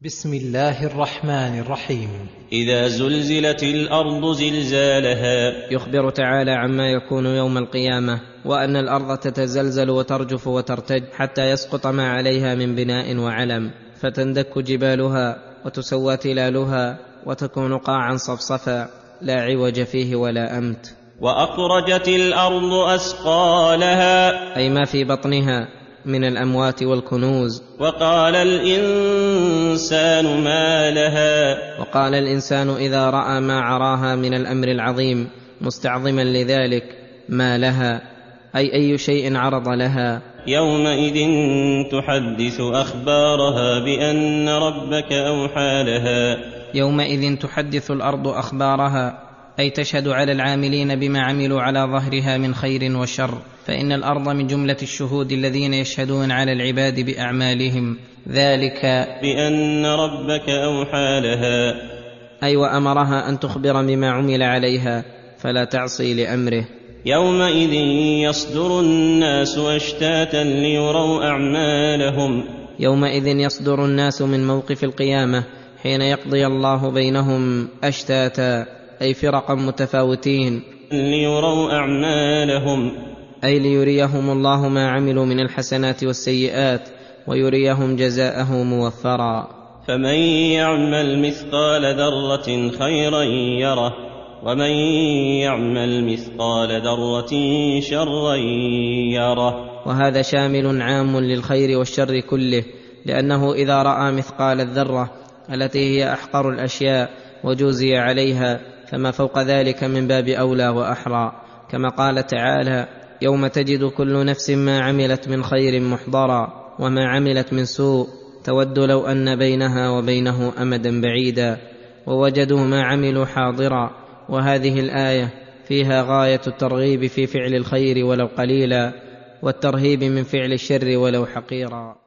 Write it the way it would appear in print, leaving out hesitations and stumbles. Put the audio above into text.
بسم الله الرحمن الرحيم. إذا زلزلت الأرض زلزالها. يخبر تعالى عما يكون يوم القيامة، وأن الأرض تتزلزل وترجف وترتج حتى يسقط ما عليها من بناء وعلم، فتندك جبالها وتسوى تلالها وتكون قاعا صفصفا لا عوج فيه ولا أمت. وأخرجت الأرض أثقالها، أي ما في بطنها من الأموات والكنوز. وقال الإنسان ما لها. وقال الإنسان إذا رأى ما عراها من الأمر العظيم مستعظما لذلك ما لها، أي شيء عرض لها. يومئذ تحدث أخبارها بأن ربك أوحى لها. يومئذ تحدث الأرض أخبارها، أي تشهد على العاملين بما عملوا على ظهرها من خير وشر، فإن الأرض من جملة الشهود الذين يشهدون على العباد بأعمالهم، ذلك بأن ربك أوحى لها، أي وأمرها أن تخبر بما عمل عليها فلا تعصي لأمره. يومئذ يصدر الناس أشتاتا ليروا أعمالهم. يومئذ يصدر الناس من موقف القيامة حين يقضي الله بينهم أشتاتا، أي فرقا متفاوتين، ليروا أعمالهم، أي ليريهم الله ما عملوا من الحسنات والسيئات ويريهم جزاءه موفرا. فمن يعمل مثقال ذرة خيرا يره، ومن يعمل مثقال ذرة شرا يره. وهذا شامل عام للخير والشر كله، لأنه إذا رأى مثقال الذرة التي هي أحقر الأشياء وجوزي عليها، فما فوق ذلك من باب أولى وأحرى، كما قال تعالى: يوم تجد كل نفس ما عملت من خير محضرا وما عملت من سوء تود لو أن بينها وبينه أمدا بعيدا ووجدوا ما عملوا حاضرا. وهذه الآية فيها غاية الترغيب في فعل الخير ولو قليلا، والترهيب من فعل الشر ولو حقيرا.